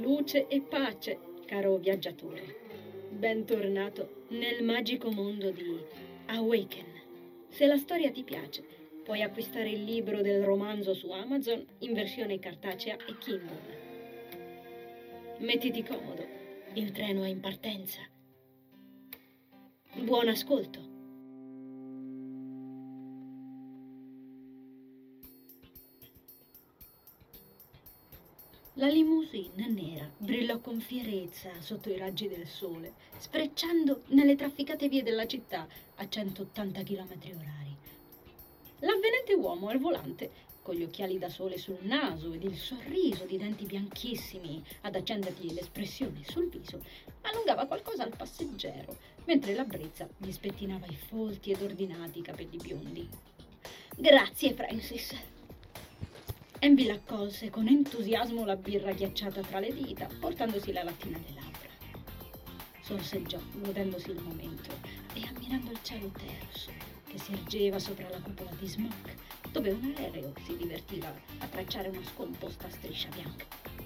luce e pace, caro viaggiatore. Bentornato nel magico mondo di Awaken. Se la storia ti piace, puoi acquistare il libro del romanzo su Amazon in versione cartacea e Kindle. Mettiti comodo, il treno è in partenza. Buon ascolto. La limousine nera brillò con fierezza sotto i raggi del sole, sfrecciando nelle trafficate vie della città a 180 km/h. L'avvenente uomo al volante, con gli occhiali da sole sul naso ed il sorriso di denti bianchissimi ad accendergli l'espressione sul viso, allungava qualcosa al passeggero, mentre la brezza gli spettinava i folti ed ordinati capelli biondi. «Grazie, Francis!» Envy accolse con entusiasmo la birra ghiacciata tra le dita, portandosi la lattina alle labbra. Sorseggiò, godendosi il momento e ammirando il cielo terso che si ergeva sopra la cupola di smog, dove un aereo si divertiva a tracciare una scomposta striscia bianca.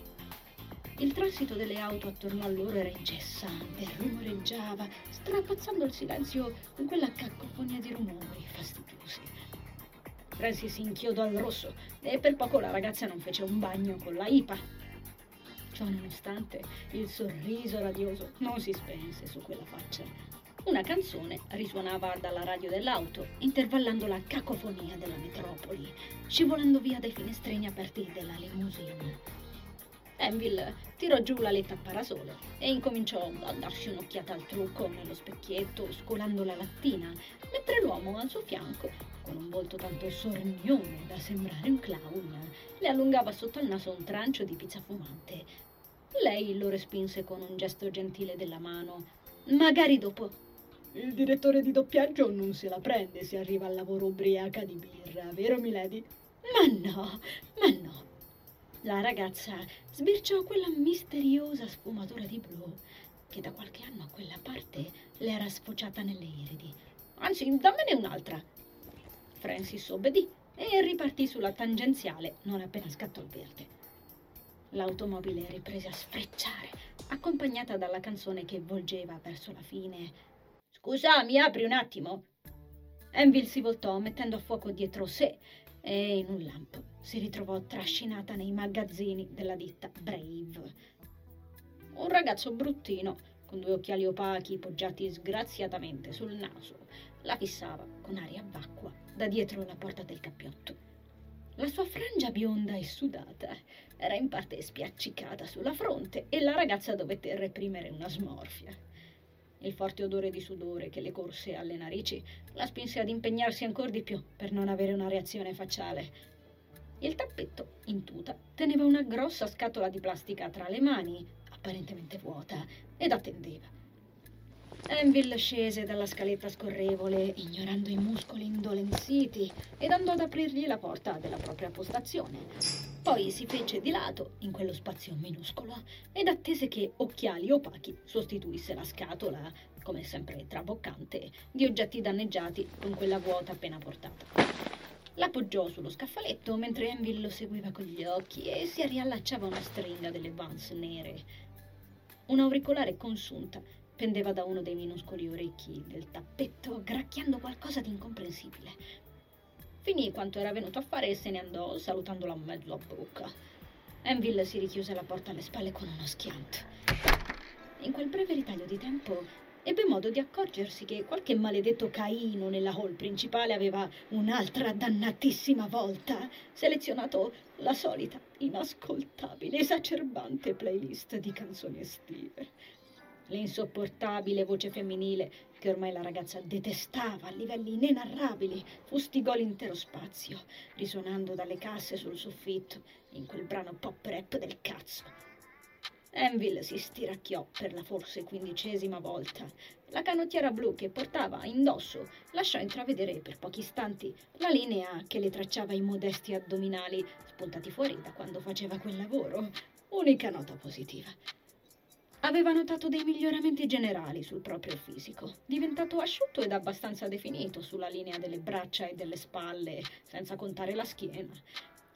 Il transito delle auto attorno a loro era incessante, rumoreggiava, strapazzando il silenzio con quella cacofonia di rumori fastidiosi. Francis si inchiodò al rosso e per poco la ragazza non fece un bagno con la IPA. Ciò nonostante, il sorriso radioso non si spense su quella faccia. Una canzone risuonava dalla radio dell'auto, intervallando la cacofonia della metropoli, scivolando via dai finestrini aperti della limousine. Enville tirò giù l'aletta a parasole e incominciò a darsi un'occhiata al trucco nello specchietto, scolando la lattina, mentre l'uomo al suo fianco, con un volto tanto sornione da sembrare un clown, le allungava sotto il naso un trancio di pizza fumante. Lei lo respinse con un gesto gentile della mano. «Magari dopo». «Il direttore di doppiaggio non se la prende se arriva al lavoro ubriaca di birra, vero, milady?» Ma no!» La ragazza sbirciò quella misteriosa sfumatura di blu che da qualche anno a quella parte le era sfociata nelle iridi. «Anzi, dammene un'altra!» Francis obbedì e ripartì sulla tangenziale non appena scattò il verde. L'automobile riprese a sfrecciare, accompagnata dalla canzone che volgeva verso la fine. «Scusa, mi apri un attimo?» Enville si voltò mettendo a fuoco dietro sé e in un lampo si ritrovò trascinata nei magazzini della ditta Brave. Un ragazzo bruttino, con 2 occhiali opachi poggiati sgraziatamente sul naso, la fissava con aria vacua da dietro la porta del cappiotto. La sua frangia bionda e sudata era in parte spiaccicata sulla fronte e la ragazza dovette reprimere una smorfia. Il forte odore di sudore che le corse alle narici la spinse ad impegnarsi ancor di più per non avere una reazione facciale. Il tappetto, in tuta, teneva una grossa scatola di plastica tra le mani, apparentemente vuota, ed attendeva. Enville scese dalla scaletta scorrevole, ignorando i muscoli indolenziti, ed andò ad aprirgli la porta della propria postazione. Poi si fece di lato, in quello spazio minuscolo, ed attese che occhiali opachi sostituisse la scatola, come sempre traboccante, di oggetti danneggiati con quella vuota appena portata. L'appoggiò sullo scaffaletto mentre Enville lo seguiva con gli occhi e si riallacciava una stringa delle Vans nere. Un auricolare consunta pendeva da uno dei minuscoli orecchi del tappetto, gracchiando qualcosa di incomprensibile. Finì quanto era venuto a fare e se ne andò, salutandola a mezzo a bocca. Enville si richiuse la porta alle spalle con uno schianto. In quel breve ritaglio di tempo ebbe modo di accorgersi che qualche maledetto Caino nella hall principale aveva un'altra dannatissima volta selezionato la solita inascoltabile, esacerbante playlist di canzoni estive. L'insopportabile voce femminile, che ormai la ragazza detestava a livelli inenarrabili, fustigò l'intero spazio, risuonando dalle casse sul soffitto in quel brano pop rap del cazzo. Enville si stiracchiò per la forse 15ª volta. La canottiera blu che portava indosso lasciò intravedere per pochi istanti la linea che le tracciava i modesti addominali spuntati fuori da quando faceva quel lavoro. Unica nota positiva. Aveva notato dei miglioramenti generali sul proprio fisico, diventato asciutto ed abbastanza definito sulla linea delle braccia e delle spalle, senza contare la schiena.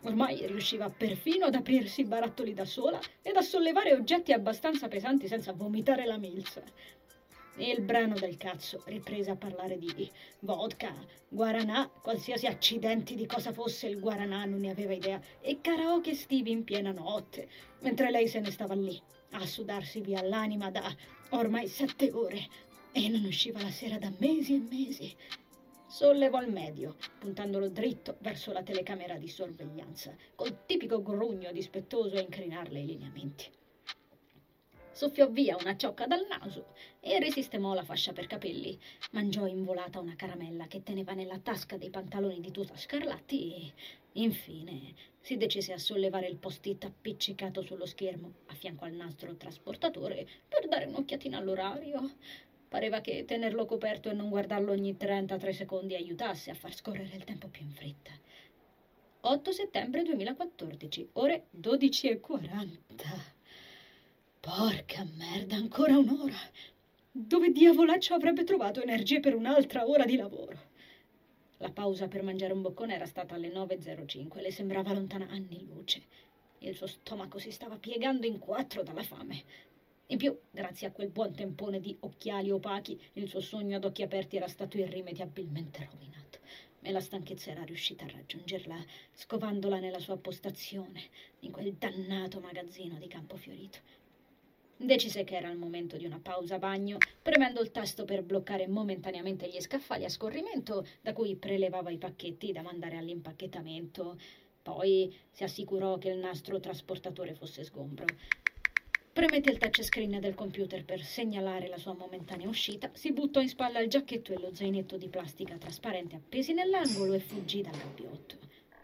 Ormai riusciva perfino ad aprirsi i barattoli da sola ed a sollevare oggetti abbastanza pesanti senza vomitare la milza. Il brano del cazzo riprese a parlare di vodka, guaranà, qualsiasi accidenti di cosa fosse il guaranà non ne aveva idea, e karaoke estivi in piena notte, mentre lei se ne stava lì a sudarsi via l'anima da ormai 7 ore e non usciva la sera da mesi e mesi. Sollevò il medio, puntandolo dritto verso la telecamera di sorveglianza, col tipico grugno dispettoso a incrinarle i lineamenti. Soffiò via una ciocca dal naso e risistemò la fascia per capelli. Mangiò in volata una caramella che teneva nella tasca dei pantaloni di tuta scarlatti e, infine, si decise a sollevare il post-it appiccicato sullo schermo a fianco al nastro trasportatore per dare un'occhiatina all'orario. Pareva che tenerlo coperto e non guardarlo ogni 33 secondi aiutasse a far scorrere il tempo più in fretta. 8 settembre 2014, ore 12:40. Porca merda, ancora un'ora! Dove diavolaccio avrebbe trovato energie per un'altra ora di lavoro? La pausa per mangiare un boccone era stata alle 9:05, le sembrava lontana anni luce. Il suo stomaco si stava piegando in 4 dalla fame. In più, grazie a quel buon tempone di occhiali opachi, il suo sogno ad occhi aperti era stato irrimediabilmente rovinato. E la stanchezza era riuscita a raggiungerla, scovandola nella sua postazione, in quel dannato magazzino di Campofiorito. Decise che era il momento di una pausa bagno, premendo il tasto per bloccare momentaneamente gli scaffali a scorrimento da cui prelevava i pacchetti da mandare all'impacchettamento. Poi si assicurò che il nastro trasportatore fosse sgombro. Premette il touchscreen del computer per segnalare la sua momentanea uscita, si buttò in spalla il giacchetto e lo zainetto di plastica trasparente appesi nell'angolo e fuggì dal gabbiotto.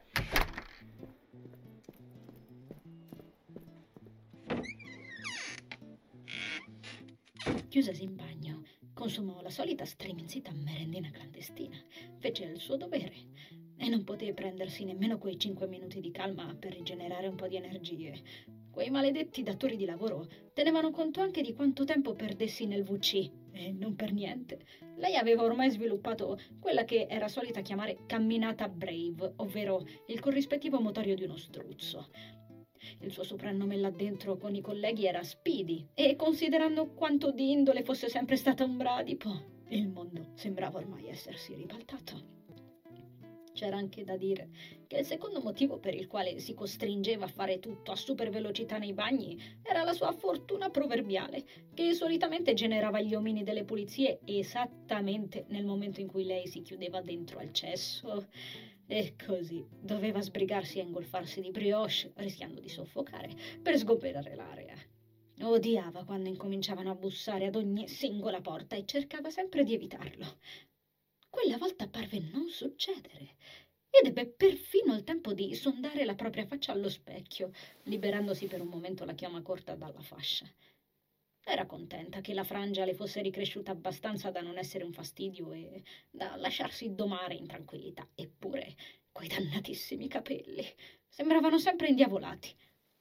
Chiusesi in bagno, consumò la solita striminzita merendina clandestina, fece il suo dovere e non poté prendersi nemmeno quei 5 minuti di calma per rigenerare un po' di energie. Quei maledetti datori di lavoro tenevano conto anche di quanto tempo perdessi nel WC e non per niente. Lei aveva ormai sviluppato quella che era solita chiamare camminata brave, ovvero il corrispettivo motorio di uno struzzo. Il suo soprannome là dentro con i colleghi era Speedy e, considerando quanto di indole fosse sempre stata un bradipo, il mondo sembrava ormai essersi ribaltato. C'era anche da dire che il secondo motivo per il quale si costringeva a fare tutto a super velocità nei bagni era la sua fortuna proverbiale, che solitamente generava gli omini delle pulizie esattamente nel momento in cui lei si chiudeva dentro al cesso. E così doveva sbrigarsi a ingolfarsi di brioche, rischiando di soffocare, per sgomberare l'area. Odiava quando incominciavano a bussare ad ogni singola porta e cercava sempre di evitarlo. Quella volta parve non succedere ed ebbe perfino il tempo di sondare la propria faccia allo specchio, liberandosi per un momento la chioma corta dalla fascia. Era contenta che la frangia le fosse ricresciuta abbastanza da non essere un fastidio e da lasciarsi domare in tranquillità. Eppure quei dannatissimi capelli sembravano sempre indiavolati.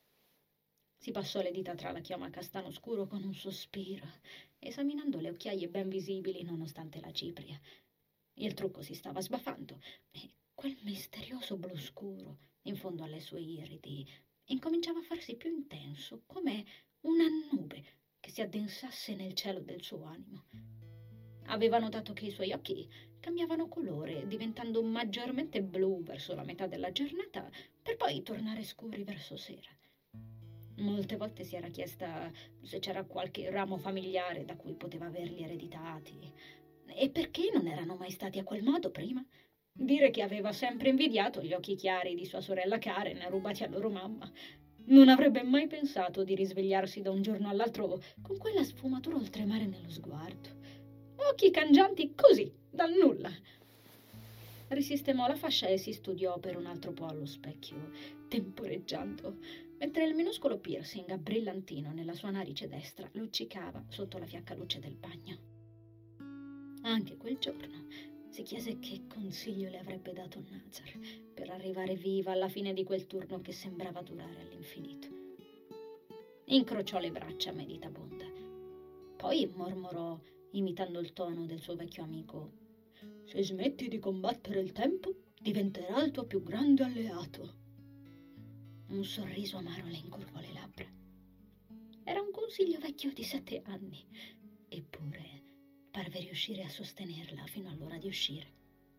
Si passò le dita tra la chioma castano scuro con un sospiro, esaminando le occhiaie ben visibili nonostante la cipria. Il trucco si stava sbafando e quel misterioso blu scuro in fondo alle sue iridi incominciava a farsi più intenso, come una nube che si addensasse nel cielo del suo animo. Aveva notato che i suoi occhi cambiavano colore, diventando maggiormente blu verso la metà della giornata, per poi tornare scuri verso sera. Molte volte si era chiesta se c'era qualche ramo familiare da cui poteva averli ereditati. E perché non erano mai stati a quel modo prima? Dire che aveva sempre invidiato gli occhi chiari di sua sorella Karen rubati a loro mamma. Non avrebbe mai pensato di risvegliarsi da un giorno all'altro con quella sfumatura oltremare nello sguardo. Occhi cangianti così, dal nulla. Risistemò la fascia e si studiò per un altro po' allo specchio, temporeggiando, mentre il minuscolo piercing brillantino nella sua narice destra luccicava sotto la fiacca luce del bagno. Anche quel giorno si chiese che consiglio le avrebbe dato Nazar per arrivare viva alla fine di quel turno che sembrava durare all'infinito. Incrociò le braccia meditabonda. Poi mormorò, imitando il tono del suo vecchio amico: «Se smetti di combattere il tempo, diventerà il tuo più grande alleato». Un sorriso amaro le incurvò le labbra. Era un consiglio vecchio di 7 anni, eppure parve riuscire a sostenerla fino all'ora di uscire.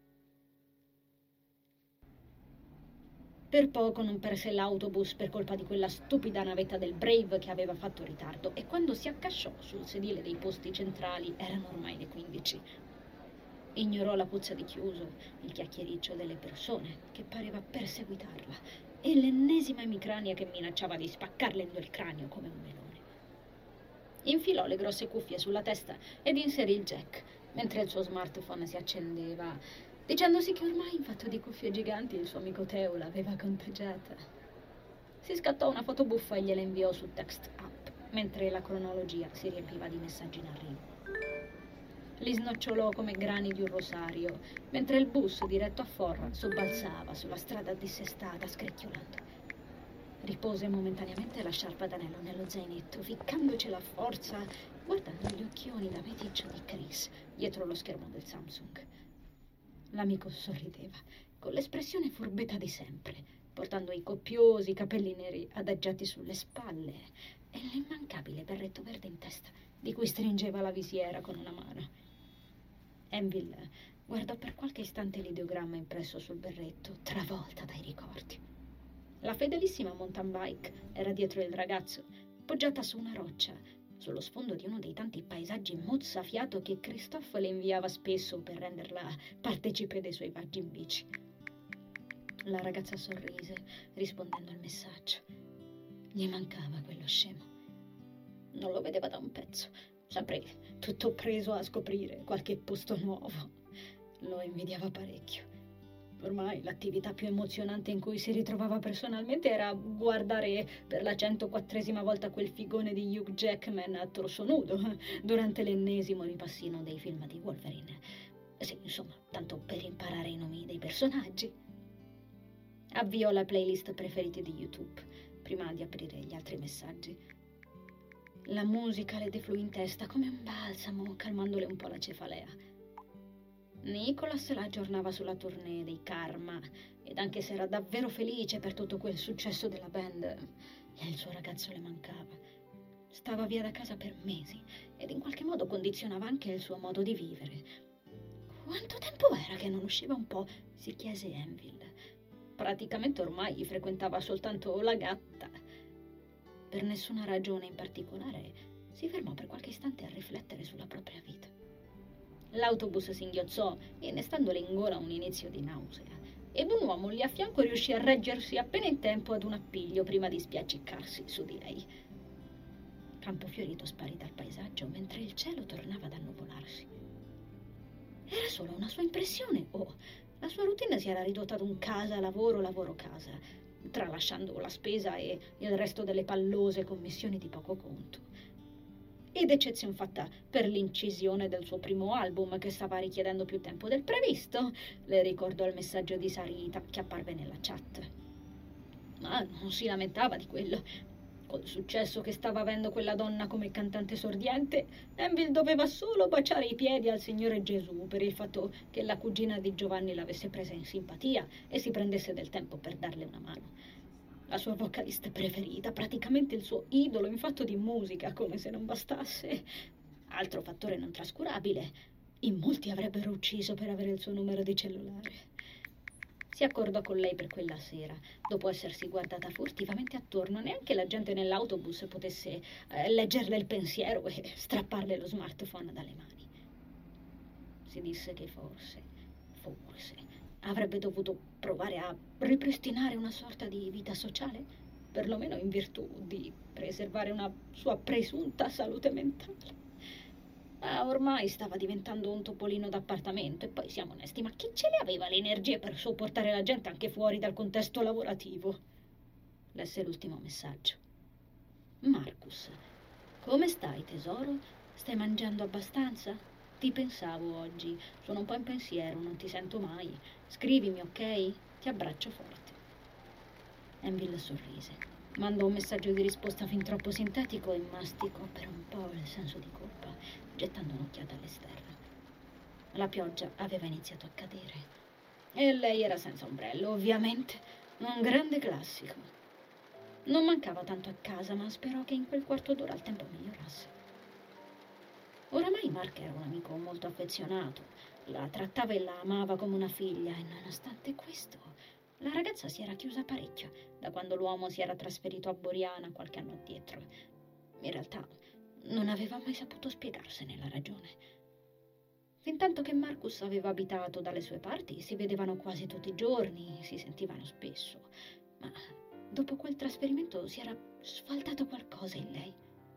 Per poco non perse l'autobus per colpa di quella stupida navetta del Brave che aveva fatto ritardo, e quando si accasciò sul sedile dei posti centrali erano ormai le 15. Ignorò la puzza di chiuso, il chiacchiericcio delle persone che pareva perseguitarla e l'ennesima emicrania che minacciava di spaccarle in due il cranio come un melone. Infilò le grosse cuffie sulla testa ed inserì il jack, mentre il suo smartphone si accendeva, dicendosi che ormai in fatto di cuffie giganti il suo amico Teo l'aveva contagiata. Si scattò una foto buffa e gliela inviò su Text App, mentre la cronologia si riempiva di messaggi in arrivo. Li snocciolò come grani di un rosario, mentre il bus diretto a Forra sobbalzava sulla strada dissestata, scricchiolando. Ripose momentaneamente la sciarpa d'anello nello zainetto, ficcandocela a forza, guardando gli occhioni da meticcio di Chris dietro lo schermo del Samsung. L'amico sorrideva, con l'espressione furbetta di sempre, portando i copiosi capelli neri adagiati sulle spalle e l'immancabile berretto verde in testa, di cui stringeva la visiera con una mano. Anvil guardò per qualche istante l'ideogramma impresso sul berretto, travolta dai ricordi. La fedelissima mountain bike era dietro il ragazzo, appoggiata su una roccia, sullo sfondo di uno dei tanti paesaggi mozzafiato che Christophe le inviava spesso per renderla partecipe dei suoi viaggi in bici. La ragazza sorrise, rispondendo al messaggio. Gli mancava quello scemo. Non lo vedeva da un pezzo, sempre tutto preso a scoprire qualche posto nuovo. Lo invidiava parecchio. Ormai l'attività più emozionante in cui si ritrovava personalmente era guardare per la 104esima volta quel figone di Hugh Jackman a torso nudo durante l'ennesimo ripassino dei film di Wolverine. Sì, insomma, tanto per imparare i nomi dei personaggi. Avviò la playlist preferiti di YouTube prima di aprire gli altri messaggi. La musica le defluì in testa come un balsamo, calmandole un po' la cefalea. Nicholas la aggiornava sulla tournée dei Karma ed anche se era davvero felice per tutto quel successo della band, il suo ragazzo le mancava. Stava via da casa per mesi ed in qualche modo condizionava anche il suo modo di vivere. Quanto tempo era che non usciva un po'? Si chiese Anvil. Praticamente ormai frequentava soltanto la gatta. Per nessuna ragione in particolare si fermò per qualche istante a riflettere sulla propria vita. L'autobus singhiozzò, innestandole in gola un inizio di nausea, ed un uomo lì a fianco riuscì a reggersi appena in tempo ad un appiglio prima di spiacciccarsi su di lei. Campofiorito sparì dal paesaggio mentre il cielo tornava ad annuvolarsi. Era solo una sua impressione o la sua routine si era ridotta ad un casa, lavoro, lavoro, casa, tralasciando la spesa e il resto delle pallose commissioni di poco conto. Ed eccezion fatta per l'incisione del suo primo album che stava richiedendo più tempo del previsto, le ricordò il messaggio di Sarita che apparve nella chat. Ma non si lamentava di quello. Col successo che stava avendo quella donna come cantante sordiente, Anvil doveva solo baciare i piedi al Signore Gesù per il fatto che la cugina di Giovanni l'avesse presa in simpatia e si prendesse del tempo per darle una mano. La sua vocalista preferita, praticamente il suo idolo in fatto di musica, come se non bastasse. Altro fattore non trascurabile, in molti avrebbero ucciso per avere il suo numero di cellulare. Si accordò con lei per quella sera, dopo essersi guardata furtivamente attorno. Neanche la gente nell'autobus potesse leggerle il pensiero e strapparle lo smartphone dalle mani. Si disse che forse avrebbe dovuto provare a ripristinare una sorta di vita sociale, perlomeno in virtù di preservare una sua presunta salute mentale. Ma ormai stava diventando un topolino d'appartamento, e poi siamo onesti, ma chi ce le aveva le energie per sopportare la gente anche fuori dal contesto lavorativo? Lesse l'ultimo messaggio. Marcus, come stai, tesoro? Stai mangiando abbastanza? Ti pensavo oggi, sono un po' in pensiero, non ti sento mai. Scrivimi, ok? Ti abbraccio forte. Anvil sorrise, mandò un messaggio di risposta fin troppo sintetico e masticò per un po' il senso di colpa, gettando un'occhiata all'esterno. La pioggia aveva iniziato a cadere e lei era senza ombrello, ovviamente, un grande classico. Non mancava tanto a casa, ma sperò che in quel quarto d'ora il tempo migliorasse. Oramai Mark era un amico molto affezionato, la trattava e la amava come una figlia e nonostante questo la ragazza si era chiusa parecchio da quando l'uomo si era trasferito a Boriana qualche anno addietro. In realtà non aveva mai saputo spiegarsene la ragione. Fintanto che Marcus aveva abitato dalle sue parti, si vedevano quasi tutti i giorni, si sentivano spesso, ma dopo quel trasferimento si era sfaldato qualcosa in lei.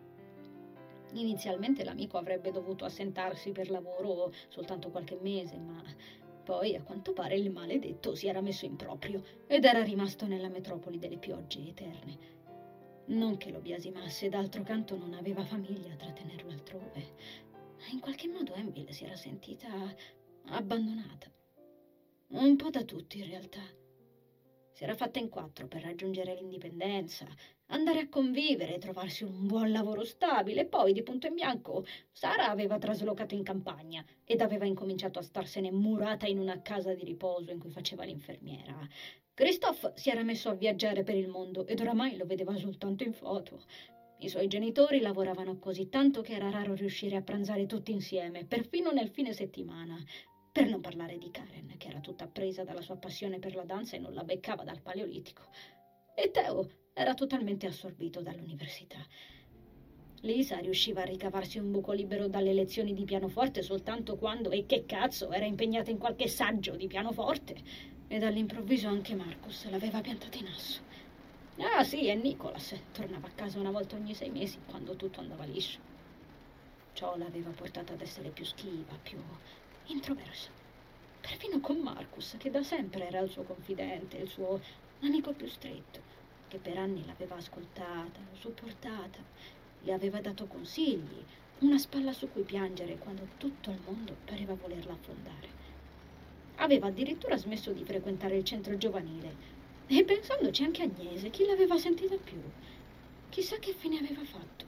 Inizialmente l'amico avrebbe dovuto assentarsi per lavoro soltanto qualche mese, ma poi a quanto pare il maledetto si era messo in proprio ed era rimasto nella metropoli delle piogge eterne. Non che lo biasimasse, d'altro canto non aveva famiglia a trattenerlo altrove. In qualche modo Enville si era sentita abbandonata. Un po' da tutti, in realtà. Si era fatta in quattro per raggiungere l'indipendenza, andare a convivere, trovarsi un buon lavoro stabile e poi, di punto in bianco, Sara aveva traslocato in campagna ed aveva incominciato a starsene murata in una casa di riposo in cui faceva l'infermiera. Christophe si era messo a viaggiare per il mondo ed oramai lo vedeva soltanto in foto. I suoi genitori lavoravano così tanto che era raro riuscire a pranzare tutti insieme, perfino nel fine settimana. Per non parlare di Karen, che era tutta presa dalla sua passione per la danza e non la beccava dal Paleolitico. E Theo era totalmente assorbito dall'università. Lisa riusciva a ricavarsi un buco libero dalle lezioni di pianoforte soltanto quando, e che cazzo, era impegnata in qualche saggio di pianoforte. E dall'improvviso anche Marcus l'aveva piantata in asso. Ah sì, e Nicholas tornava a casa una volta ogni 6 mesi quando tutto andava liscio. Ciò l'aveva portata ad essere più schiva, più introversa. Perfino con Marcus, che da sempre era il suo confidente, il suo amico più stretto, che per anni l'aveva ascoltata, supportata, le aveva dato consigli, una spalla su cui piangere quando tutto il mondo pareva volerla affondare. Aveva addirittura smesso di frequentare il centro giovanile e pensandoci anche Agnese, chi l'aveva sentita più? Chissà che fine aveva fatto.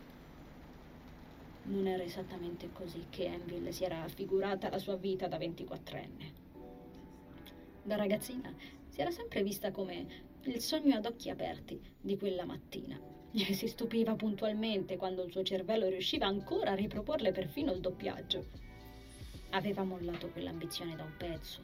Non era esattamente così che Enville si era affigurata la sua vita da 24enne. Da ragazzina si era sempre vista come il sogno ad occhi aperti di quella mattina e si stupiva puntualmente quando il suo cervello riusciva ancora a riproporle perfino il doppiaggio. Aveva mollato quell'ambizione da un pezzo,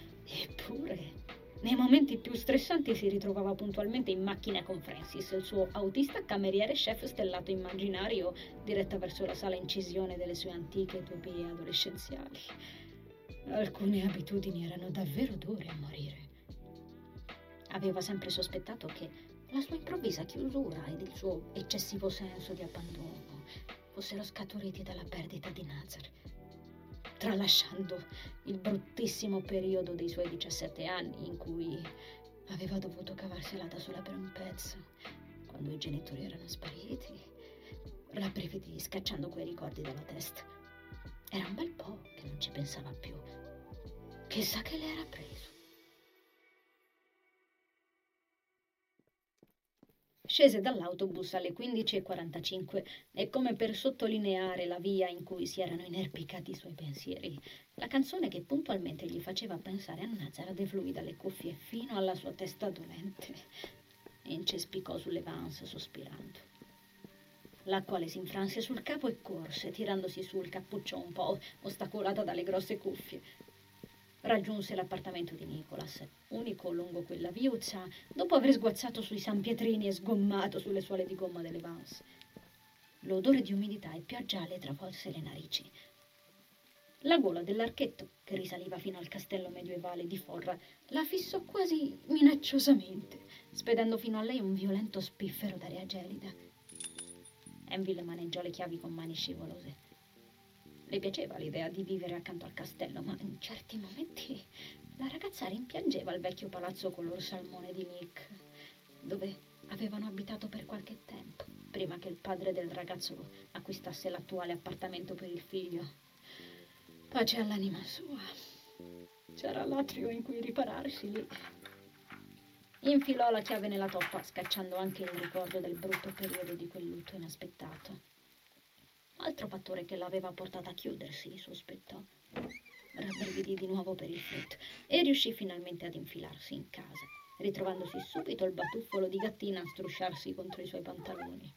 eppure nei momenti più stressanti si ritrovava puntualmente in macchina con Francis, il suo autista cameriere chef stellato immaginario, diretta verso la sala incisione delle sue antiche utopie adolescenziali. Alcune abitudini erano davvero dure a morire. Aveva sempre sospettato che la sua improvvisa chiusura ed il suo eccessivo senso di abbandono fossero scaturiti dalla perdita di Nazar, tralasciando il bruttissimo periodo dei suoi 17 anni in cui aveva dovuto cavarsela da sola per un pezzo, quando i genitori erano spariti, rabbrividì scacciando quei ricordi dalla testa. Era un bel po' che non ci pensava più. Chissà che le era preso. Scese dall'autobus alle 15:45 e come per sottolineare la via in cui si erano inerpicati i suoi pensieri, la canzone che puntualmente gli faceva pensare a Nazar defluì dalle cuffie fino alla sua testa dolente e incespicò sulle Vans sospirando. L'acqua le si infranse sul capo e corse, tirandosi su il cappuccio un po' ostacolata dalle grosse cuffie. Raggiunse l'appartamento di Nicholas, unico lungo quella viuzza, dopo aver sguazzato sui sanpietrini e sgommato sulle suole di gomma delle Vans. L'odore di umidità e pioggia le travolse le narici. La gola dell'archetto, che risaliva fino al castello medievale di Forra, la fissò quasi minacciosamente, spedendo fino a lei un violento spiffero d'aria gelida. Enville maneggiò le chiavi con mani scivolose. Le piaceva l'idea di vivere accanto al castello, ma in certi momenti la ragazza rimpiangeva il vecchio palazzo color salmone di Nick, dove avevano abitato per qualche tempo, prima che il padre del ragazzo acquistasse l'attuale appartamento per il figlio. Pace all'anima sua. C'era l'atrio in cui ripararsi lì. Infilò la chiave nella toppa, scacciando anche il ricordo del brutto periodo di quel lutto inaspettato. Altro fattore che l'aveva portata a chiudersi, sospettò. Rabbrividì di nuovo per il freddo e riuscì finalmente ad infilarsi in casa, ritrovandosi subito il batuffolo di gattina a strusciarsi contro i suoi pantaloni.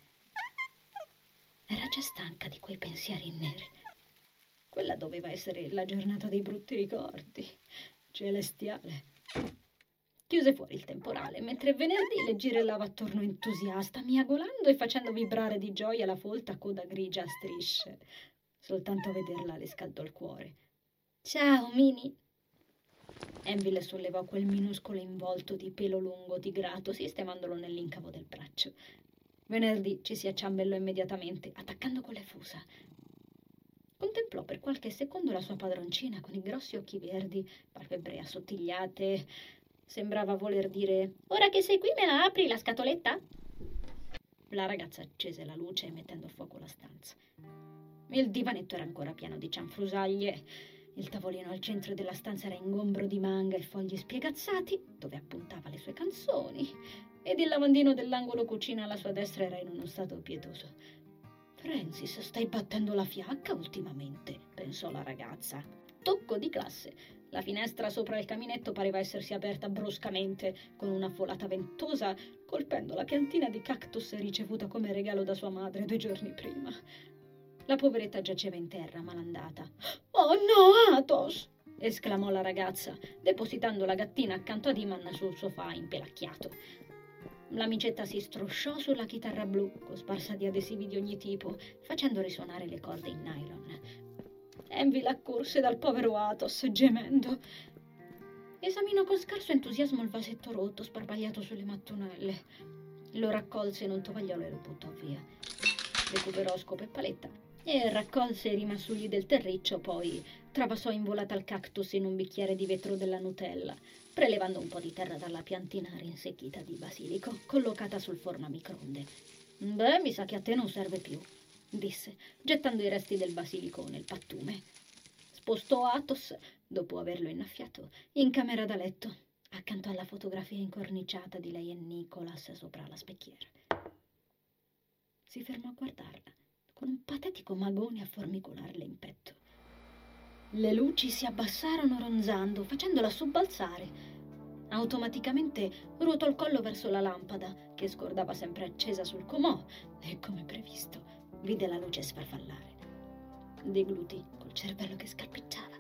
Era già stanca di quei pensieri neri. Quella doveva essere la giornata dei brutti ricordi, celestiale. Chiuse fuori il temporale, mentre venerdì le girellava attorno entusiasta, miagolando e facendo vibrare di gioia la folta coda grigia a strisce. Soltanto a vederla le scaldò il cuore. «Ciao, Mini!» Envy le sollevò quel minuscolo involto di pelo lungo tigrato, sistemandolo nell'incavo del braccio. Venerdì ci si acciambellò immediatamente, attaccando con le fusa. Contemplò per qualche secondo la sua padroncina con i grossi occhi verdi, palpebre assottigliate. Sembrava voler dire: «Ora che sei qui me la apri la scatoletta?» La ragazza accese la luce mettendo a fuoco la stanza. Il divanetto era ancora pieno di cianfrusaglie. Il tavolino al centro della stanza era ingombro di manga e fogli spiegazzati, dove appuntava le sue canzoni, ed il lavandino dell'angolo cucina alla sua destra era in uno stato pietoso. «Francis, stai battendo la fiacca ultimamente», pensò la ragazza. Tocco di classe. La finestra sopra il caminetto pareva essersi aperta bruscamente, con una folata ventosa, colpendo la piantina di cactus ricevuta come regalo da sua madre 2 giorni prima. La poveretta giaceva in terra, malandata. «Oh no, Athos!» esclamò la ragazza, depositando la gattina accanto ad Iman sul sofà impelacchiato. L'amicetta si strusciò sulla chitarra blu, cosparsa di adesivi di ogni tipo, facendo risuonare le corde in nylon. Envy l'accorse dal povero Athos, gemendo. Esaminò con scarso entusiasmo il vasetto rotto, sparpagliato sulle mattonelle. Lo raccolse in un tovagliolo e lo buttò via. Recuperò scopo e paletta e raccolse i rimasugli del terriccio, poi travasò in volata il cactus in un bicchiere di vetro della Nutella, prelevando un po' di terra dalla piantina rinsecchita di basilico, collocata sul forno a microonde. «Beh, mi sa che a te non serve più», disse, gettando i resti del basilico nel pattume. Spostò Athos, dopo averlo innaffiato, in camera da letto, accanto alla fotografia incorniciata di lei e Nicholas sopra la specchiera. Si fermò a guardarla, con un patetico magone a formicolarle in petto. Le luci si abbassarono ronzando, facendola sobbalzare. Automaticamente ruotò il collo verso la lampada, che scordava sempre accesa sul comò, e, come previsto, vide la luce sfarfallare. Deglutì, col cervello che scalpicciava.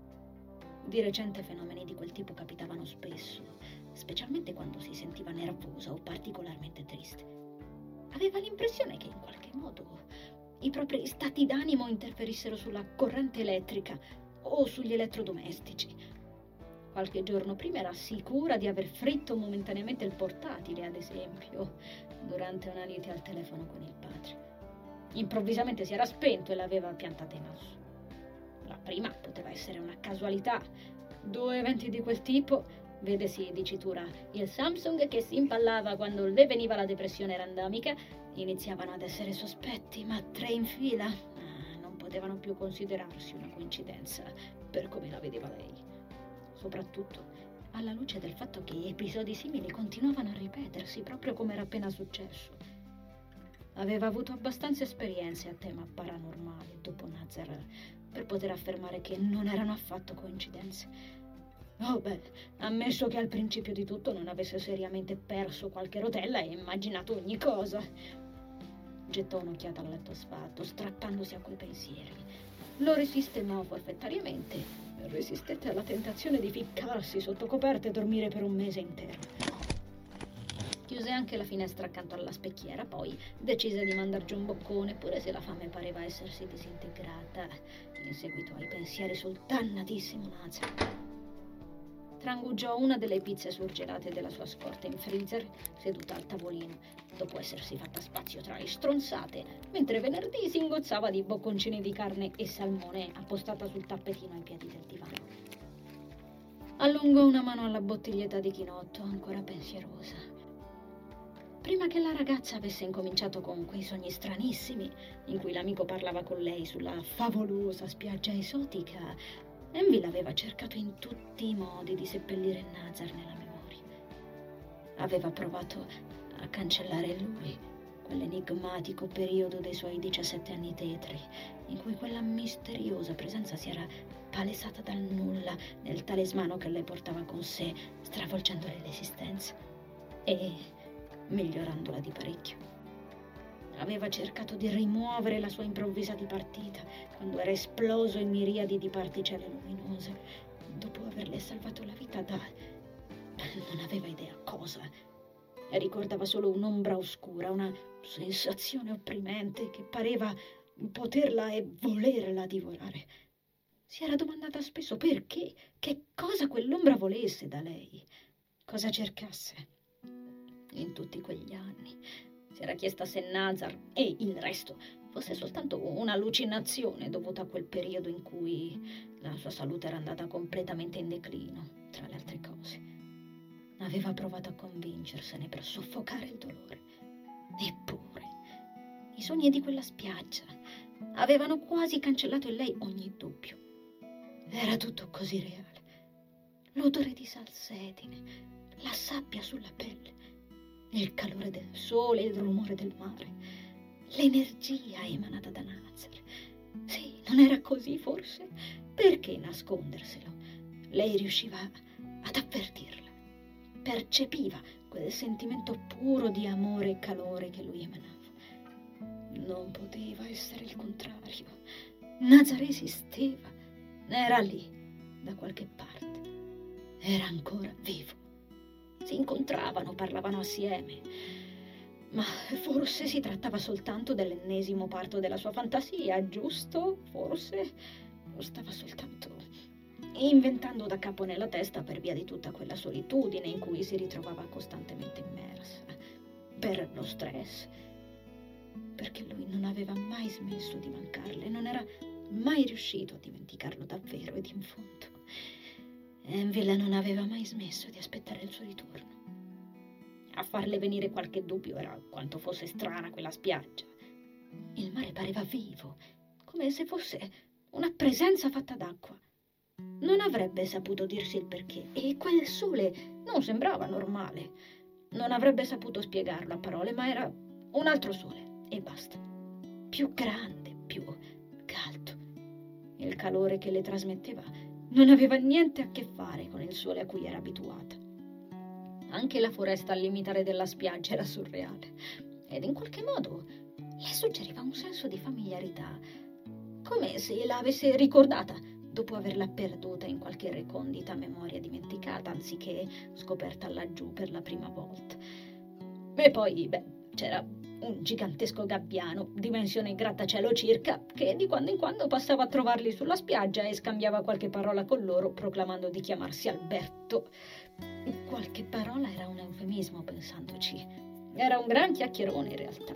Di recente fenomeni di quel tipo capitavano spesso, specialmente quando si sentiva nervosa o particolarmente triste. Aveva l'impressione che in qualche modo i propri stati d'animo interferissero sulla corrente elettrica o sugli elettrodomestici. Qualche giorno prima era sicura di aver fritto momentaneamente il portatile, ad esempio, durante una lite al telefono con il padre. Improvvisamente si era spento e l'aveva piantata in asso. La prima poteva essere una casualità. 2 eventi di quel tipo, vedesi dicitura il Samsung che si impallava quando le veniva la depressione randomica, iniziavano ad essere sospetti, ma 3 in fila non potevano più considerarsi una coincidenza per come la vedeva lei. Soprattutto alla luce del fatto che episodi simili continuavano a ripetersi, proprio come era appena successo. Aveva avuto abbastanza esperienze a tema paranormale dopo Nazareth per poter affermare che non erano affatto coincidenze. Oh beh, ammesso che al principio di tutto non avesse seriamente perso qualche rotella e immaginato ogni cosa. Gettò un'occhiata al letto sfatto, strappandosi a quei pensieri. Lo risistemò forfettariamente e resistette alla tentazione di ficcarsi sotto coperta e dormire per un mese intero. Chiuse anche la finestra accanto alla specchiera, poi decise di mandar giù un boccone, pure se la fame pareva essersi disintegrata in seguito ai pensieri sul dannatissimo Nazareth. Trangugiò una delle pizze surgelate della sua scorta in freezer, seduta al tavolino, dopo essersi fatta spazio tra le stronzate, mentre venerdì si ingozzava di bocconcini di carne e salmone appostata sul tappetino ai piedi del divano. Allungò una mano alla bottiglietta di chinotto, ancora pensierosa. Prima che la ragazza avesse incominciato con quei sogni stranissimi, in cui l'amico parlava con lei sulla favolosa spiaggia esotica, Envy l'aveva cercato in tutti i modi di seppellire Nazar nella memoria. Aveva provato a cancellare lui, quell'enigmatico periodo dei suoi 17 anni tetri, in cui quella misteriosa presenza si era appalesata dal nulla nel talismano che lei portava con sé, stravolgendole l'esistenza e migliorandola di parecchio. Aveva cercato di rimuovere la sua improvvisa dipartita quando era esploso in miriadi di particelle luminose, dopo averle salvato la vita da... non aveva idea cosa. Ricordava solo un'ombra oscura, una sensazione opprimente che pareva poterla e volerla divorare. Si era domandata spesso perché, che cosa quell'ombra volesse da lei, cosa cercasse. In tutti quegli anni si era chiesta se Nazar e il resto fosse soltanto un'allucinazione dovuta a quel periodo in cui la sua salute era andata completamente in declino, tra le altre cose. Aveva provato a convincersene per soffocare il dolore. Eppure, i sogni di quella spiaggia avevano quasi cancellato in lei ogni dubbio. Era tutto così reale. L'odore di salsedine, la sabbia sulla pelle, il calore del sole, il rumore del mare, l'energia emanata da Nazar. Sì, non era così forse? Perché nasconderselo? Lei riusciva ad avvertirla. Percepiva quel sentimento puro di amore e calore che lui emanava. Non poteva essere il contrario. Nazar esisteva, era lì, da qualche parte. Era ancora vivo. Si incontravano, parlavano assieme. Ma forse si trattava soltanto dell'ennesimo parto della sua fantasia, giusto? Forse lo stava soltanto inventando da capo nella testa per via di tutta quella solitudine in cui si ritrovava costantemente immersa, per lo stress, perché lui non aveva mai smesso di mancarle, non era mai riuscito a dimenticarlo davvero ed in fondo. Enville non aveva mai smesso di aspettare il suo ritorno. A farle venire qualche dubbio era quanto fosse strana quella spiaggia. Il mare pareva vivo, come se fosse una presenza fatta d'acqua. Non avrebbe saputo dirsi il perché, e quel sole non sembrava normale. Non avrebbe saputo spiegarlo a parole, ma era un altro sole, e basta. Più grande, più caldo. Il calore che le trasmetteva non aveva niente a che fare con il sole a cui era abituata. Anche la foresta al limitare della spiaggia era surreale, ed in qualche modo le suggeriva un senso di familiarità, come se la avesse ricordata dopo averla perduta in qualche recondita memoria dimenticata, anziché scoperta laggiù per la prima volta. E poi, c'era un gigantesco gabbiano, dimensione grattacielo circa, che di quando in quando passava a trovarli sulla spiaggia e scambiava qualche parola con loro, proclamando di chiamarsi Alberto. Qualche parola era un eufemismo, pensandoci. Era un gran chiacchierone, in realtà.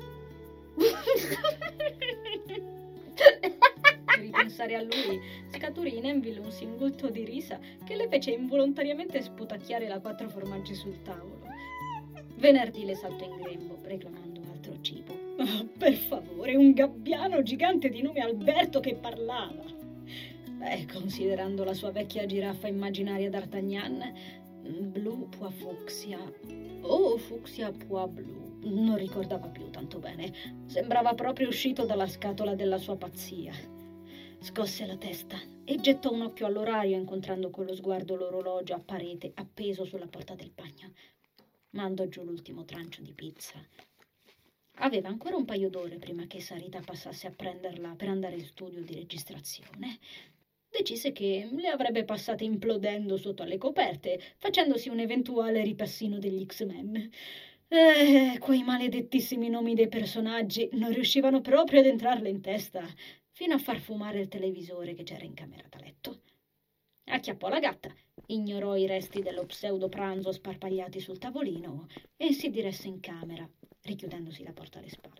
Ripensare a lui scaturì in Enville un singulto di risa che le fece involontariamente sputacchiare la quattro formaggi sul tavolo. Venerdì le saltò in grembo, reclamando altro cibo. Oh, per favore, un gabbiano gigante di nome Alberto che parlava. Considerando la sua vecchia giraffa immaginaria d'Artagnan, blu poi fucsia, o fucsia poi blu, non ricordava più tanto bene. Sembrava proprio uscito dalla scatola della sua pazzia. Scosse la testa e gettò un occhio all'orario, incontrando con lo sguardo l'orologio a parete appeso sulla porta del bagno. Mandò giù l'ultimo trancio di pizza. Aveva ancora un paio d'ore prima che Sarita passasse a prenderla per andare in studio di registrazione. Decise che le avrebbe passate implodendo sotto alle coperte, facendosi un eventuale ripassino degli X-Men. Quei maledettissimi nomi dei personaggi non riuscivano proprio ad entrarle in testa, fino a far fumare il televisore che c'era in camera da letto. Acchiappò la gatta, ignorò i resti dello pseudo pranzo sparpagliati sul tavolino e si diresse in camera, richiudendosi la porta alle spalle.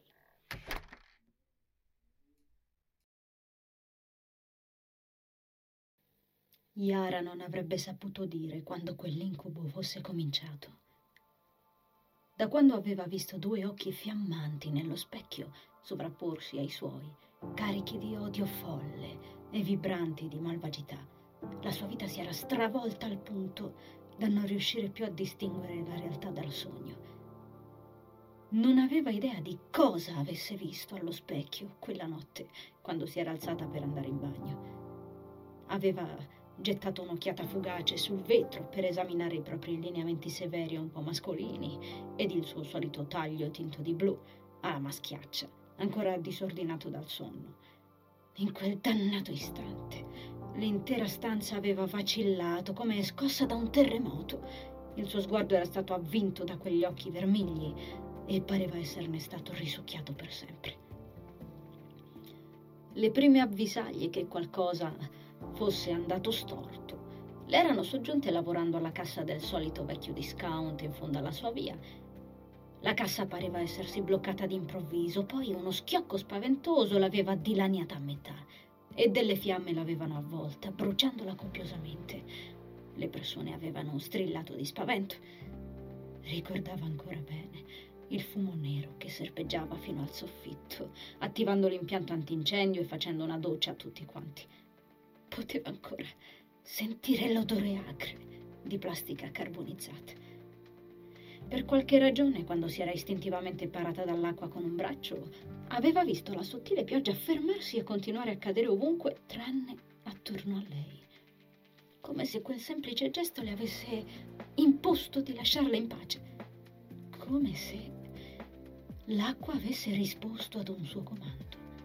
Yara non avrebbe saputo dire quando quell'incubo fosse cominciato. Da quando aveva visto due occhi fiammanti nello specchio sovrapporsi ai suoi, carichi di odio folle e vibranti di malvagità, la sua vita si era stravolta al punto da non riuscire più a distinguere la realtà dal sogno. Non aveva idea di cosa avesse visto allo specchio quella notte, quando si era alzata per andare in bagno. Aveva gettato un'occhiata fugace sul vetro per esaminare i propri lineamenti severi e un po' mascolini ed il suo solito taglio tinto di blu alla maschiaccia, ancora disordinato dal sonno. In quel dannato istante l'intera stanza aveva vacillato come scossa da un terremoto. Il suo sguardo era stato avvinto da quegli occhi vermigli e pareva esserne stato risucchiato per sempre. Le prime avvisaglie che qualcosa fosse andato storto le erano soggiunte lavorando alla cassa del solito vecchio discount in fondo alla sua via. La cassa pareva essersi bloccata d'improvviso, poi uno schiocco spaventoso l'aveva dilaniata a metà e delle fiamme l'avevano avvolta, bruciandola copiosamente. Le persone avevano strillato di spavento. Ricordava ancora bene il fumo nero che serpeggiava fino al soffitto, attivando l'impianto antincendio e facendo una doccia a tutti quanti. Poteva ancora sentire l'odore acre di plastica carbonizzata. Per qualche ragione, quando si era istintivamente parata dall'acqua con un braccio, aveva visto la sottile pioggia fermarsi e continuare a cadere ovunque, tranne attorno a lei. Come se quel semplice gesto le avesse imposto di lasciarla in pace. Come se l'acqua avesse risposto ad un suo comando.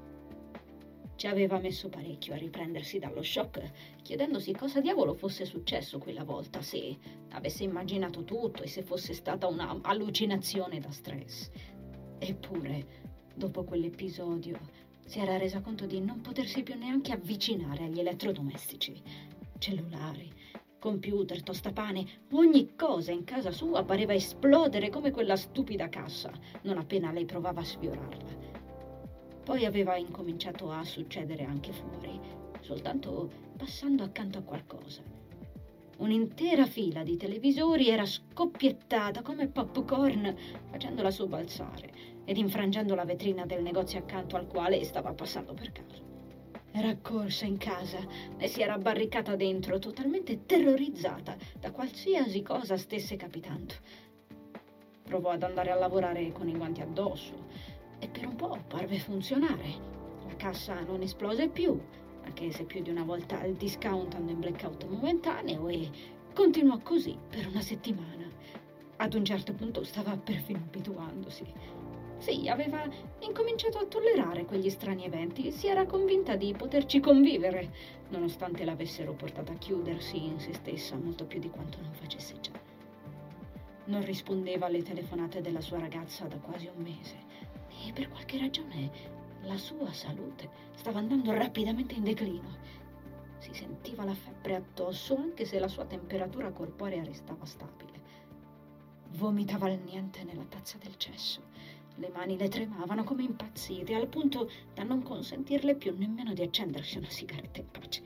Ci aveva messo parecchio a riprendersi dallo shock, chiedendosi cosa diavolo fosse successo quella volta, se avesse immaginato tutto e se fosse stata una allucinazione da stress. Eppure, dopo quell'episodio, si era resa conto di non potersi più neanche avvicinare agli elettrodomestici. Cellulari, computer, tostapane, ogni cosa in casa sua pareva esplodere come quella stupida cassa, non appena lei provava a sfiorarla. Poi aveva incominciato a succedere anche fuori, soltanto passando accanto a qualcosa. Un'intera fila di televisori era scoppiettata come popcorn, facendola sobbalzare ed infrangendo la vetrina del negozio accanto al quale stava passando per caso. Era corsa in casa e si era barricata dentro, totalmente terrorizzata da qualsiasi cosa stesse capitando. Provò ad andare a lavorare con i guanti addosso e per un po' parve funzionare. La cassa non esplose più, anche se più di una volta il discount andò in blackout momentaneo, e continuò così per una settimana. Ad un certo punto stava perfino abituandosi. Sì, aveva incominciato a tollerare quegli strani eventi, si era convinta di poterci convivere, nonostante l'avessero portata a chiudersi in se stessa molto più di quanto non facesse già. Non rispondeva alle telefonate della sua ragazza da quasi un mese e per qualche ragione la sua salute stava andando rapidamente in declino. Si sentiva la febbre addosso anche se la sua temperatura corporea restava stabile. Vomitava il niente nella tazza del cesso. Le mani le tremavano come impazzite, al punto da non consentirle più nemmeno di accendersi una sigaretta in pace.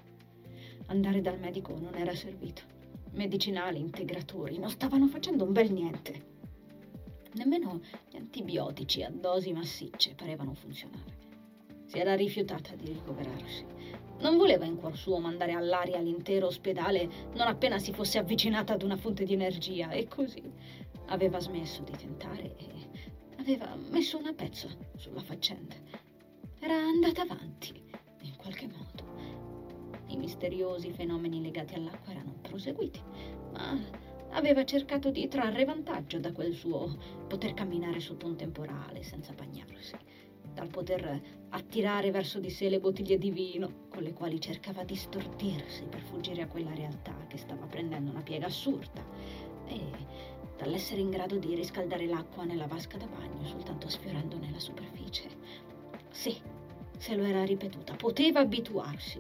Andare dal medico non era servito. Medicinali, integratori, non stavano facendo un bel niente. Nemmeno gli antibiotici a dosi massicce parevano funzionare. Si era rifiutata di ricoverarsi. Non voleva in cuor suo mandare all'aria l'intero ospedale non appena si fosse avvicinata ad una fonte di energia, e così aveva smesso di tentare e aveva messo una pezza sulla faccenda. Era andata avanti, in qualche modo. I misteriosi fenomeni legati all'acqua erano proseguiti, ma aveva cercato di trarre vantaggio da quel suo poter camminare sotto un temporale senza bagnarsi, dal poter attirare verso di sé le bottiglie di vino con le quali cercava di stordirsi per fuggire a quella realtà che stava prendendo una piega assurda, e dall'essere in grado di riscaldare l'acqua nella vasca da bagno soltanto sfiorandone la superficie. Sì, se lo era ripetuta, poteva abituarsi,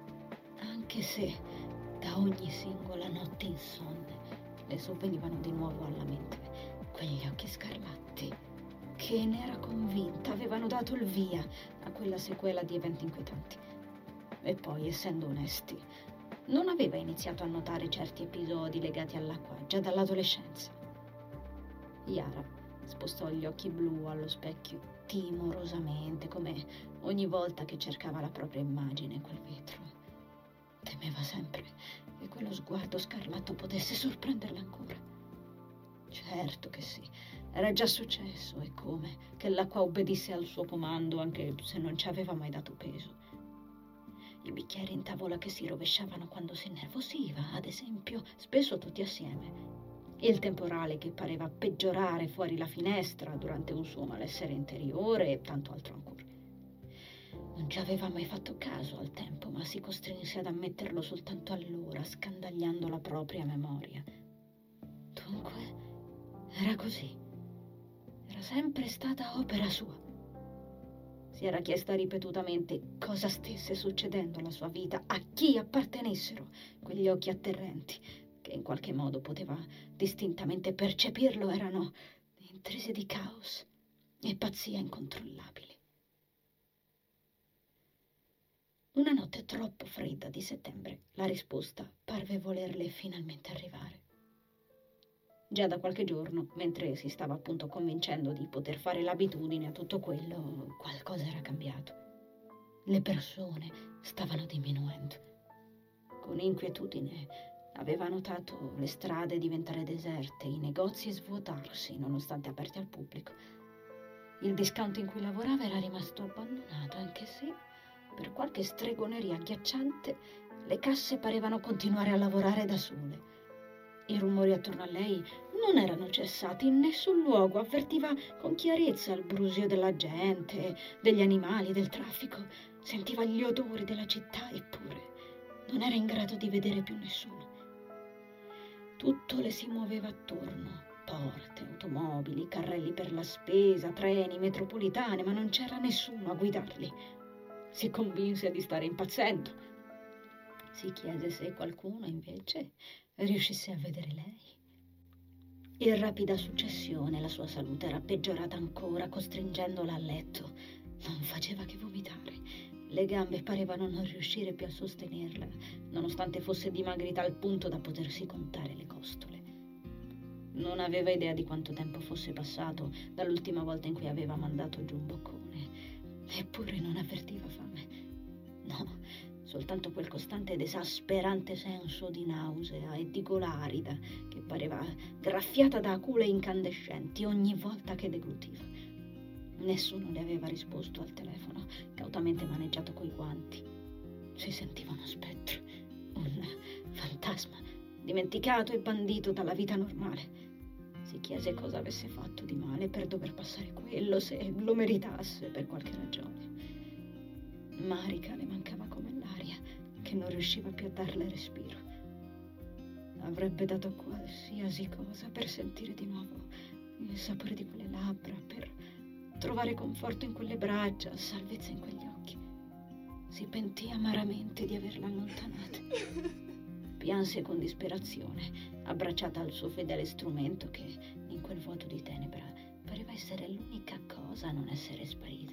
anche se da ogni singola notte insonne le sovvenivano di nuovo alla mente quegli occhi scarlatti che, ne era convinta, avevano dato il via a quella sequela di eventi inquietanti. E poi, essendo onesti, non aveva iniziato a notare certi episodi legati all'acqua già dall'adolescenza. Yara spostò gli occhi blu allo specchio timorosamente, come ogni volta che cercava la propria immagine in quel vetro. Temeva sempre che quello sguardo scarlatto potesse sorprenderla ancora. Certo che sì, era già successo, e come, che l'acqua obbedisse al suo comando anche se non ci aveva mai dato peso. i bicchieri in tavola che si rovesciavano quando si innervosiva, ad esempio, spesso tutti assieme. Il temporale che pareva peggiorare fuori la finestra durante un suo malessere interiore e tanto altro ancora. Non ci aveva mai fatto caso al tempo, ma si costrinse ad ammetterlo soltanto allora, scandagliando la propria memoria. Dunque, era così. Era sempre stata opera sua. Si era chiesta ripetutamente cosa stesse succedendo alla sua vita, a chi appartenessero quegli occhi atterrenti, che in qualche modo poteva distintamente percepirlo, erano intrisi di caos e pazzia incontrollabili. Una notte troppo fredda di settembre, la risposta parve volerle finalmente arrivare. Già da qualche giorno, mentre si stava appunto convincendo di poter fare l'abitudine a tutto quello, qualcosa era cambiato. Le persone stavano diminuendo. Con inquietudine aveva notato le strade diventare deserte, i negozi svuotarsi nonostante aperti al pubblico. Il discount in cui lavorava era rimasto abbandonato, anche se, per qualche stregoneria agghiacciante, le casse parevano continuare a lavorare da sole. I rumori attorno a lei non erano cessati, in nessun luogo avvertiva con chiarezza il brusio della gente, degli animali, del traffico. Sentiva gli odori della città, eppure non era in grado di vedere più nessuno. Tutto le si muoveva attorno. Porte, automobili, carrelli per la spesa, treni, metropolitane, ma non c'era nessuno a guidarli. Si convinse di stare impazzendo. Si chiese se qualcuno, invece, riuscisse a vedere lei. In rapida successione la sua salute era peggiorata ancora, costringendola a letto. Non faceva che vomitare. Le gambe parevano non riuscire più a sostenerla, nonostante fosse dimagrita al punto da potersi contare le costole. Non aveva idea di quanto tempo fosse passato dall'ultima volta in cui aveva mandato giù un boccone. Eppure non avvertiva fame. No, soltanto quel costante ed esasperante senso di nausea e di gola arida che pareva graffiata da acule incandescenti ogni volta che deglutiva. Nessuno le aveva risposto al telefono, cautamente maneggiato coi guanti. Si sentiva uno spettro, un fantasma, dimenticato e bandito dalla vita normale. Si chiese cosa avesse fatto di male per dover passare quello, se lo meritasse per qualche ragione. Marica le mancava come l'aria, che non riusciva più a darle respiro. Avrebbe dato qualsiasi cosa per sentire di nuovo il sapore di quelle labbra, per trovare conforto in quelle braccia, salvezza in quegli occhi. Si pentì amaramente di averla allontanata. Pianse con disperazione, abbracciata al suo fedele strumento che, in quel vuoto di tenebra, pareva essere l'unica cosa a non essere sparita.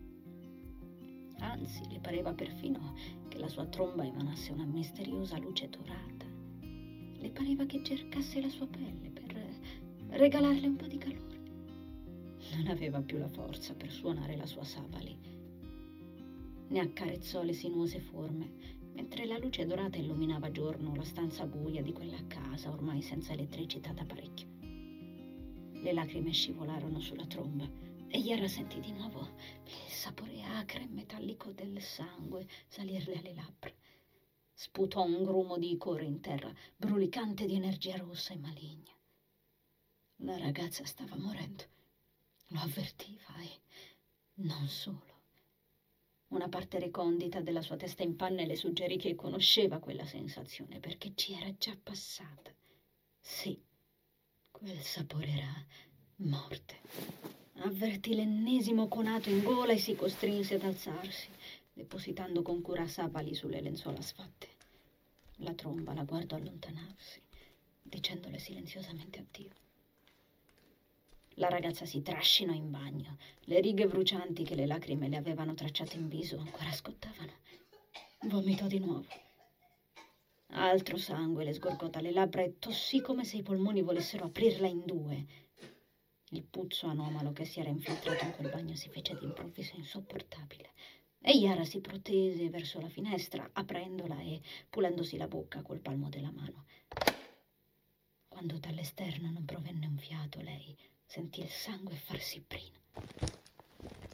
Anzi, le pareva perfino che la sua tromba emanasse una misteriosa luce dorata. Le pareva che cercasse la sua pelle per regalarle un po' di calore. Non aveva più la forza per suonare la sua sabali. Ne accarezzò le sinuose forme, mentre la luce dorata illuminava a giorno la stanza buia di quella casa, ormai senza elettricità da parecchio. Le lacrime scivolarono sulla tromba e Yara sentì di nuovo il sapore acre e metallico del sangue salirle alle labbra. Sputò un grumo di icore in terra, brulicante di energia rossa e maligna. La ragazza stava morendo. Lo avvertiva e non solo. Una parte recondita della sua testa in panne le suggerì che conosceva quella sensazione perché ci era già passata. Sì, quel sapore era morte. Avvertì l'ennesimo conato in gola e si costrinse ad alzarsi, depositando con cura sapali sulle lenzuola sfatte. La tromba la guardò allontanarsi, dicendole silenziosamente addio. La ragazza si trascinò in bagno. Le righe brucianti che le lacrime le avevano tracciato in viso ancora scottavano. Vomitò di nuovo. Altro sangue le sgorgò dalle labbra e tossì come se i polmoni volessero aprirla in due. Il puzzo anomalo che si era infiltrato in quel bagno si fece d'improvviso insopportabile. E Yara si protese verso la finestra, aprendola e pulendosi la bocca col palmo della mano. Quando dall'esterno non provenne un fiato, lei sentì il sangue farsi prima.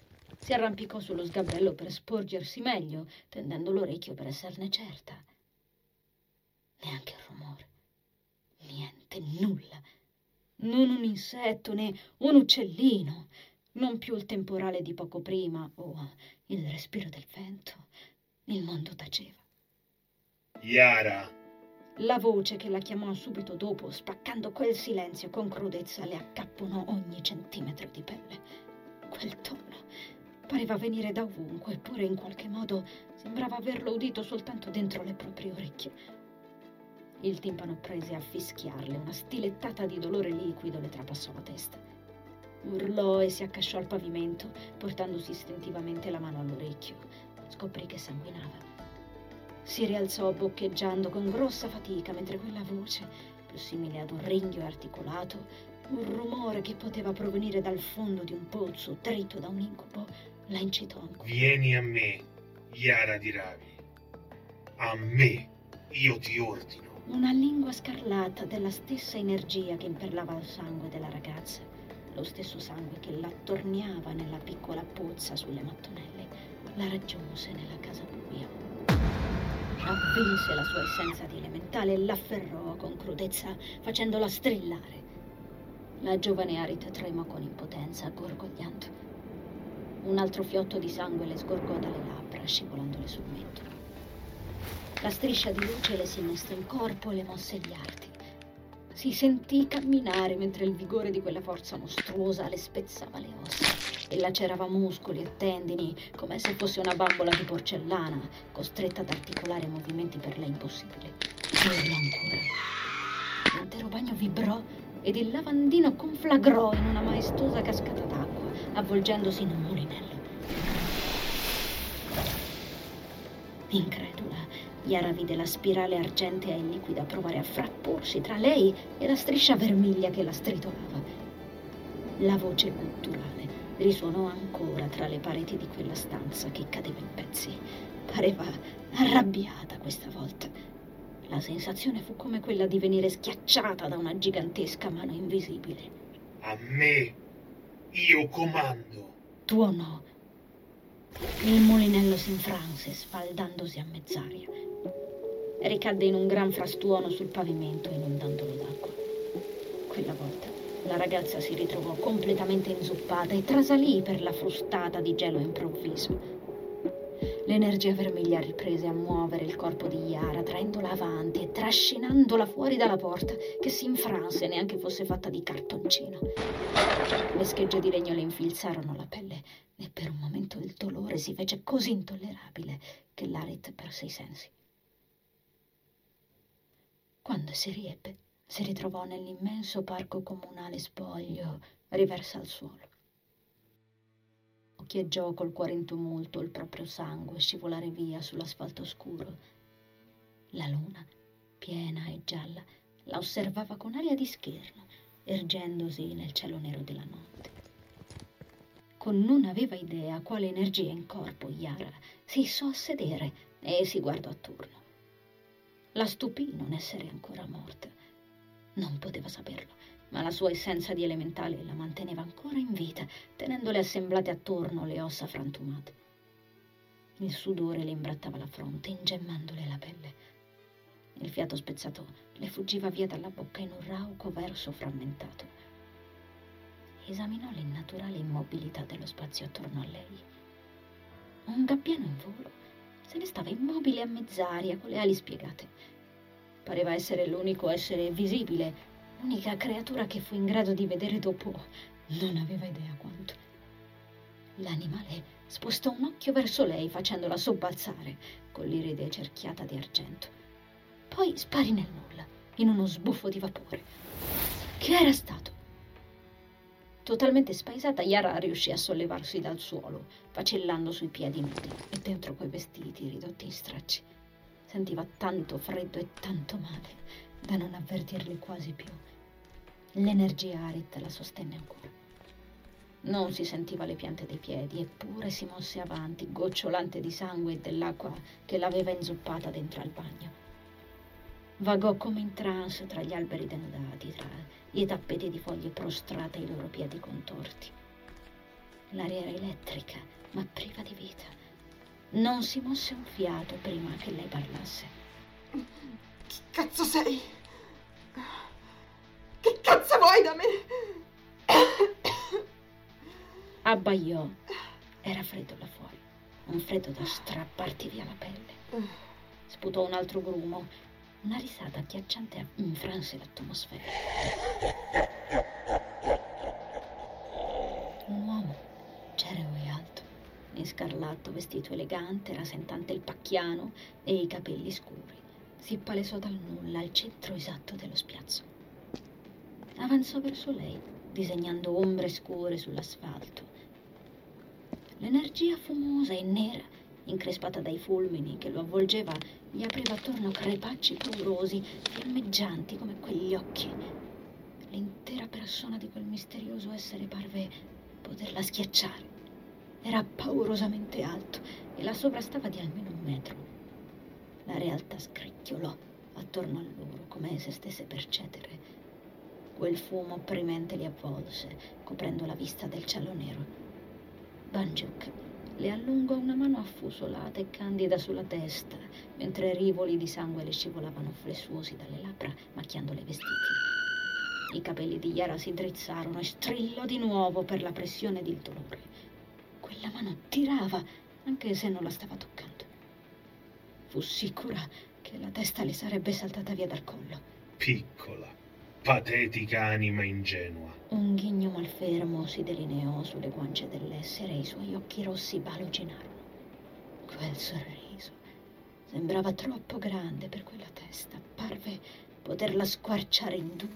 Si arrampicò sullo sgabello per sporgersi meglio, tendendo l'orecchio per esserne certa. Neanche il rumore. Niente, nulla. Non un insetto, né un uccellino. Non più il temporale di poco prima o il respiro del vento. Il mondo taceva. Yara! La voce che la chiamò subito dopo, spaccando quel silenzio con crudezza, le accapponò ogni centimetro di pelle. Quel tono pareva venire da ovunque, eppure in qualche modo sembrava averlo udito soltanto dentro le proprie orecchie. Il timpano prese a fischiarle, una stilettata di dolore liquido le trapassò la testa. Urlò e si accasciò al pavimento, portandosi istintivamente la mano all'orecchio. Scoprì che sanguinava. Si rialzò boccheggiando con grossa fatica, mentre quella voce, più simile ad un ringhio articolato, un rumore che poteva provenire dal fondo di un pozzo, dritto da un incubo, la incitò ancora. Vieni a me, Yara di Ravi. A me, io ti ordino. Una lingua scarlatta della stessa energia che imperlava il sangue della ragazza, lo stesso sangue che l'attorniava nella piccola pozza sulle mattonelle, la raggiunse nella casa buia. Avvinse la sua essenza di elementale e l'afferrò con crudezza, facendola strillare. La giovane Arit tremò con impotenza, gorgogliando. Un altro fiotto di sangue le sgorgò dalle labbra, scivolandole sul mento. La striscia di luce le si innestò in corpo e le mosse gli arti. Si sentì camminare mentre il vigore di quella forza mostruosa le spezzava le ossa e lacerava muscoli e tendini come se fosse una bambola di porcellana, costretta ad articolare movimenti per lei impossibili. Urlò ancora. L'intero bagno vibrò ed il lavandino conflagrò in una maestosa cascata d'acqua, avvolgendosi in un mulinello. Incredula, Yara vide la spirale argentea e liquida provare a frapporsi tra lei e la striscia vermiglia che la stritolava. La voce gutturale risuonò ancora tra le pareti di quella stanza che cadeva in pezzi. Pareva arrabbiata questa volta. La sensazione fu come quella di venire schiacciata da una gigantesca mano invisibile. A me, io comando. Tuonò. Il mulinello si infranse, sfaldandosi a mezz'aria. Ricadde in un gran frastuono sul pavimento, inondandolo d'acqua. Quella volta la ragazza si ritrovò completamente inzuppata e trasalì per la frustata di gelo improvviso. L'energia vermiglia riprese a muovere il corpo di Yara, traendola avanti e trascinandola fuori dalla porta, che si infranse neanche fosse fatta di cartoncino. Le schegge di legno le infilzarono la pelle e per un momento il dolore si fece così intollerabile che l'Arit perse i sensi. Quando si riebbe, si ritrovò nell'immenso parco comunale spoglio, riversa al suolo. Occhieggiò col cuore in tumulto il proprio sangue scivolare via sull'asfalto scuro. La luna, piena e gialla, la osservava con aria di scherno, ergendosi nel cielo nero della notte. Con non aveva idea quale energia in corpo, Yara si issò a sedere e si guardò attorno. La stupì non essere ancora morta. Non poteva saperlo, ma la sua essenza di elementale la manteneva ancora in vita, tenendole assemblate attorno le ossa frantumate. Il sudore le imbrattava la fronte, ingemmandole la pelle. Il fiato spezzato le fuggiva via dalla bocca in un rauco verso frammentato. Esaminò l'innaturale immobilità dello spazio attorno a lei. Un gabbiano in volo se ne stava immobile a mezz'aria con le ali spiegate. Pareva essere l'unico essere visibile, l'unica creatura che fu in grado di vedere dopo non aveva idea quanto. L'animale spostò un occhio verso lei facendola sobbalzare con l'iride cerchiata di argento. Poi sparì nel nulla, in uno sbuffo di vapore. Che era stato? Totalmente spaesata, Yara riuscì a sollevarsi dal suolo, vacillando sui piedi nudi e dentro quei vestiti ridotti in stracci. Sentiva tanto freddo e tanto male da non avvertirli quasi più. L'energia Arit la sostenne ancora. Non si sentiva le piante dei piedi, eppure si mosse avanti, gocciolante di sangue e dell'acqua che l'aveva inzuppata dentro al bagno. Vagò come in trance tra gli alberi denudati, tra i tappeti di foglie prostrate ai loro piedi contorti. L'aria era elettrica ma priva di vita. Non si mosse un fiato prima che lei parlasse. Chi cazzo sei? Che cazzo vuoi da me? Abbaiò. Era freddo là fuori, un freddo da strapparti via la pelle. Sputò un altro grumo. Una risata agghiacciante infranse l'atmosfera. Un uomo, cereo e alto, in scarlatto, vestito elegante, rasentante il pacchiano e i capelli scuri, si palesò dal nulla al centro esatto dello spiazzo. Avanzò verso lei, disegnando ombre scure sull'asfalto. L'energia fumosa e nera, increspata dai fulmini che lo avvolgeva, gli apriva attorno crepacci paurosi, fiammeggianti come quegli occhi. L'intera persona di quel misterioso essere parve poterla schiacciare. Era paurosamente alto e la sovrastava di almeno 1 metro. La realtà scricchiolò attorno a loro come se stesse per cedere. Quel fumo opprimente li avvolse, coprendo la vista del cielo nero. Banjuk le allungò una mano affusolata e candida sulla testa, mentre rivoli di sangue le scivolavano flessuosi dalle labbra, macchiandole i vestiti. I capelli di Yara si drizzarono e strillò di nuovo per la pressione ed il dolore. Quella mano tirava, anche se non la stava toccando. Fu sicura che la testa le sarebbe saltata via dal collo. Piccola, patetica anima ingenua. Un ghigno malfermo si delineò sulle guance dell'essere e i suoi occhi rossi baluginarono. Quel sorriso sembrava troppo grande per quella testa, parve poterla squarciare in 2.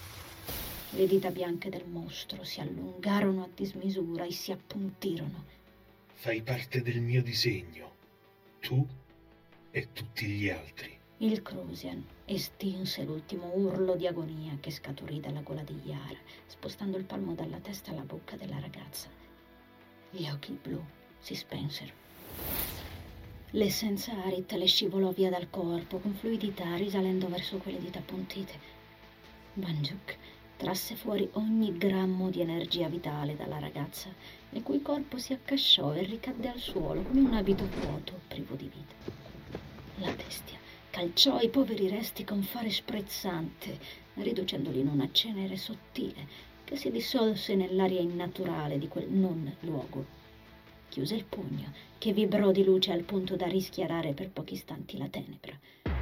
Le dita bianche del mostro si allungarono a dismisura e si appuntirono. Fai parte del mio disegno, tu e tutti gli altri. Il Crusian estinse l'ultimo urlo di agonia che scaturì dalla gola di Yara, spostando il palmo dalla testa alla bocca della ragazza. Gli occhi blu si spensero. L'essenza Arit le scivolò via dal corpo con fluidità, risalendo verso quelle dita appuntite. Banjuk trasse fuori ogni grammo di energia vitale dalla ragazza, il cui corpo si accasciò e ricadde al suolo come un abito vuoto, privo di vita. La bestia calciò i poveri resti con fare sprezzante, riducendoli in una cenere sottile che si dissolse nell'aria innaturale di quel non luogo. Chiuse il pugno, che vibrò di luce al punto da rischiarare per pochi istanti la tenebra.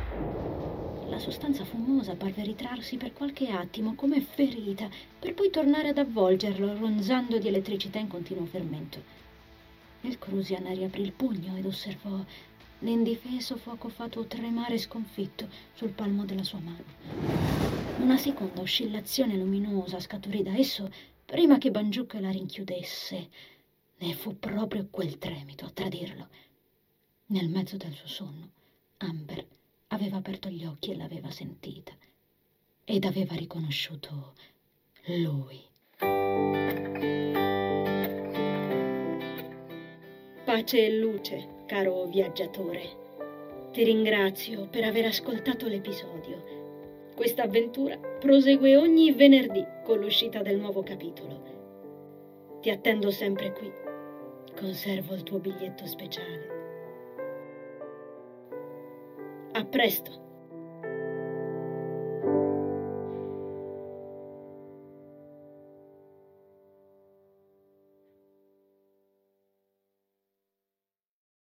La sostanza fumosa parve ritrarsi per qualche attimo come ferita, per poi tornare ad avvolgerlo, ronzando di elettricità in continuo fermento. Il Crusian riaprì il pugno ed osservò l'indifeso fuoco fatuo tremare sconfitto sul palmo della sua mano. Una seconda oscillazione luminosa scaturì da esso prima che Banjuk la rinchiudesse. E fu proprio quel tremito a tradirlo. Nel mezzo del suo sonno, Amber aveva aperto gli occhi e l'aveva sentita. Ed aveva riconosciuto lui. Pace e luce, caro viaggiatore. Ti ringrazio per aver ascoltato l'episodio. Questa avventura prosegue ogni venerdì con l'uscita del nuovo capitolo. Ti attendo sempre qui. Conservo il tuo biglietto speciale. A presto!